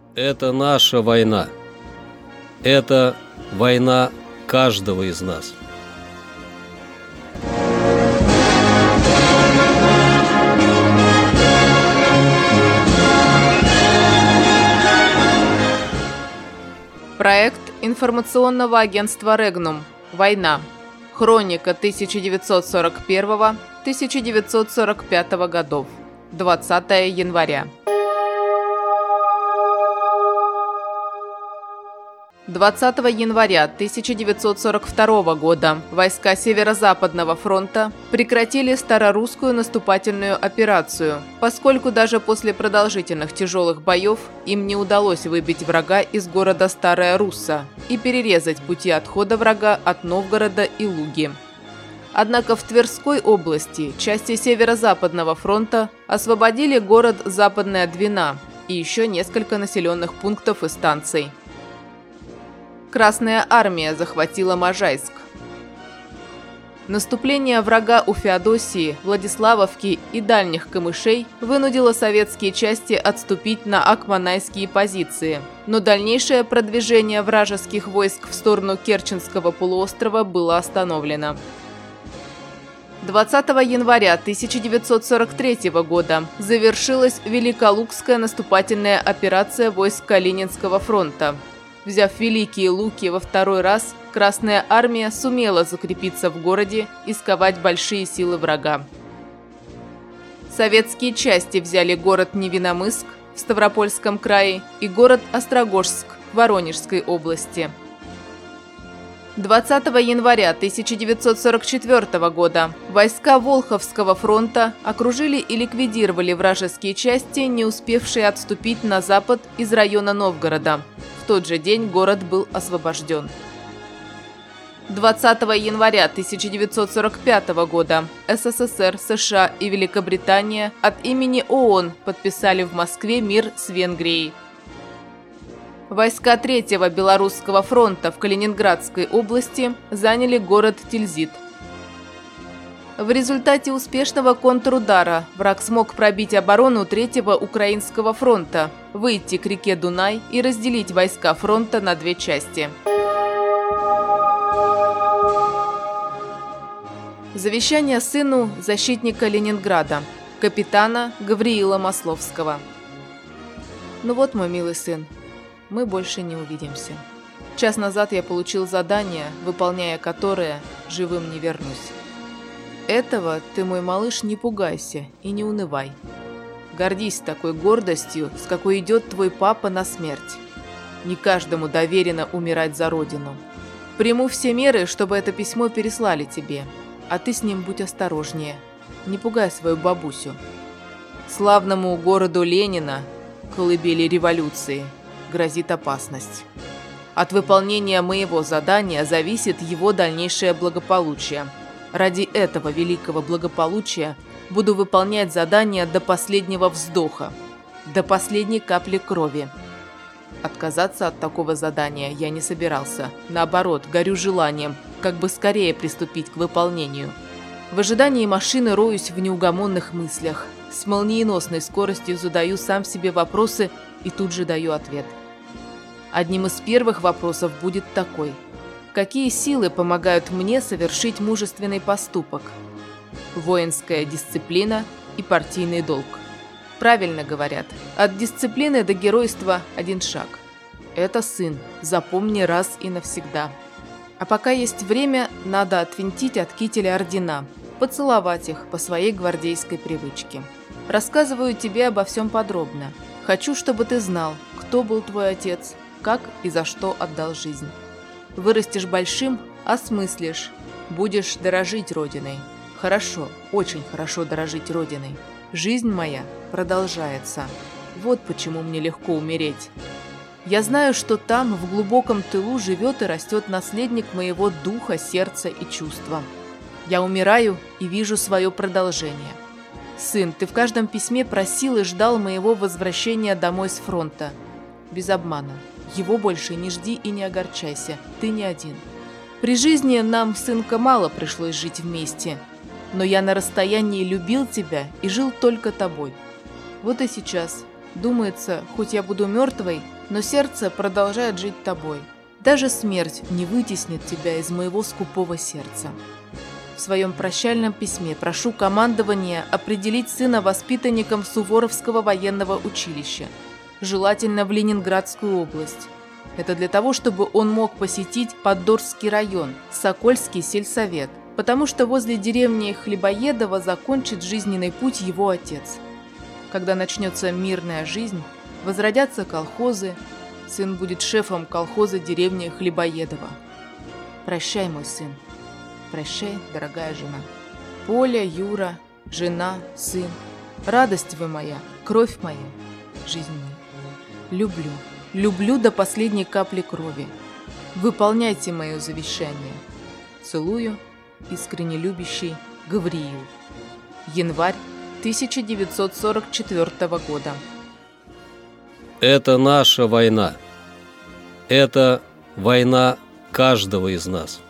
Это наша война. Это война каждого из нас. Проект информационного агентства «Регнум. Война. Хроника 1941-1945 годов. 20 января. 20 января 1942 года войска Северо-Западного фронта прекратили Старорусскую наступательную операцию, поскольку даже после продолжительных тяжелых боев им не удалось выбить врага из города Старая Русса и перерезать пути отхода врага от Новгорода и Луги. Однако в Тверской области части Северо-Западного фронта освободили город Западная Двина и еще несколько населенных пунктов и станций. Красная армия захватила Можайск. Наступление врага у Феодосии, Владиславовки и дальних камышей вынудило советские части отступить на акманайские позиции, но дальнейшее продвижение вражеских войск в сторону Керченского полуострова было остановлено. 20 января 1943 года завершилась Великолукская наступательная операция войск Калининского фронта. Взяв Великие Луки во второй раз, Красная армия сумела закрепиться в городе и сковать большие силы врага. Советские части взяли город Невиномысск в Ставропольском крае и город Острогожск в Воронежской области. 20 января 1944 года войска Волховского фронта окружили и ликвидировали вражеские части, не успевшие отступить на запад из района Новгорода. В тот же день город был освобожден. 20 января 1945 года СССР, США и Великобритания от имени ООН подписали в Москве мир с Венгрией. Войска Третьего Белорусского фронта в Калининградской области заняли город Тильзит. В результате успешного контрудара враг смог пробить оборону Третьего Украинского фронта, выйти к реке Дунай и разделить войска фронта на две части. Завещание сыну защитника Ленинграда, капитана Гавриила Масловского. Ну вот, мой милый сын, мы больше не увидимся. Час назад я получил задание, выполняя которое живым не вернусь. Этого ты, мой малыш, не пугайся и не унывай. Гордись такой гордостью, с какой идет твой папа на смерть. Не каждому доверено умирать за родину. Приму все меры, чтобы это письмо переслали тебе, а ты с ним будь осторожнее. Не пугай свою бабусю. Славному городу Ленина, колыбели революции, грозит опасность. От выполнения моего задания зависит его дальнейшее благополучие. Ради этого великого благополучия буду выполнять задание до последнего вздоха, до последней капли крови. Отказаться от такого задания я не собирался. Наоборот, горю желанием, как бы скорее приступить к выполнению. В ожидании машины роюсь в неугомонных мыслях. С молниеносной скоростью задаю сам себе вопросы и тут же даю ответ. Одним из первых вопросов будет такой. Какие силы помогают мне совершить мужественный поступок? Воинская дисциплина и партийный долг. Правильно говорят, от дисциплины до геройства один шаг. Это, сын, запомни раз и навсегда. А пока есть время, надо отвинтить от кителя ордена, поцеловать их по своей гвардейской привычке. Рассказываю тебе обо всем подробно. Хочу, чтобы ты знал, кто был твой отец, как и за что отдал жизнь. Вырастешь большим, осмыслишь, будешь дорожить Родиной. Хорошо, очень хорошо дорожить Родиной. Жизнь моя продолжается. Вот почему мне легко умереть. Я знаю, что там, в глубоком тылу, живет и растет наследник моего духа, сердца и чувства. Я умираю и вижу свое продолжение. Сын, ты в каждом письме просил и ждал моего возвращения домой с фронта. Без обмана. Его больше не жди и не огорчайся. Ты не один. При жизни нам, сынка, мало пришлось жить вместе. Но я на расстоянии любил тебя и жил только тобой. Вот и сейчас Думается, хоть я буду мертвой, но сердце продолжает жить тобой. Даже смерть не вытеснит тебя из моего скупого сердца. В своем прощальном письме прошу командование определить сына воспитанником Суворовского военного училища, желательно в Ленинградскую область. Это для того, чтобы он мог посетить Поддорский район, Сокольский сельсовет, потому что возле деревни Хлебоедово закончит жизненный путь его отец. Когда начнется мирная жизнь, возродятся колхозы, сын будет шефом колхоза деревни Хлебоедово. Прощай, мой сын. Прощай, дорогая жена. Поля, Юра, жена, сын. Радость вы моя, кровь моя, жизнь моя. Люблю, люблю до последней капли крови. Выполняйте мое завещание. Целую, искренне любящий Гавриил. Январь 1944 года. Это наша война. Это война каждого из нас.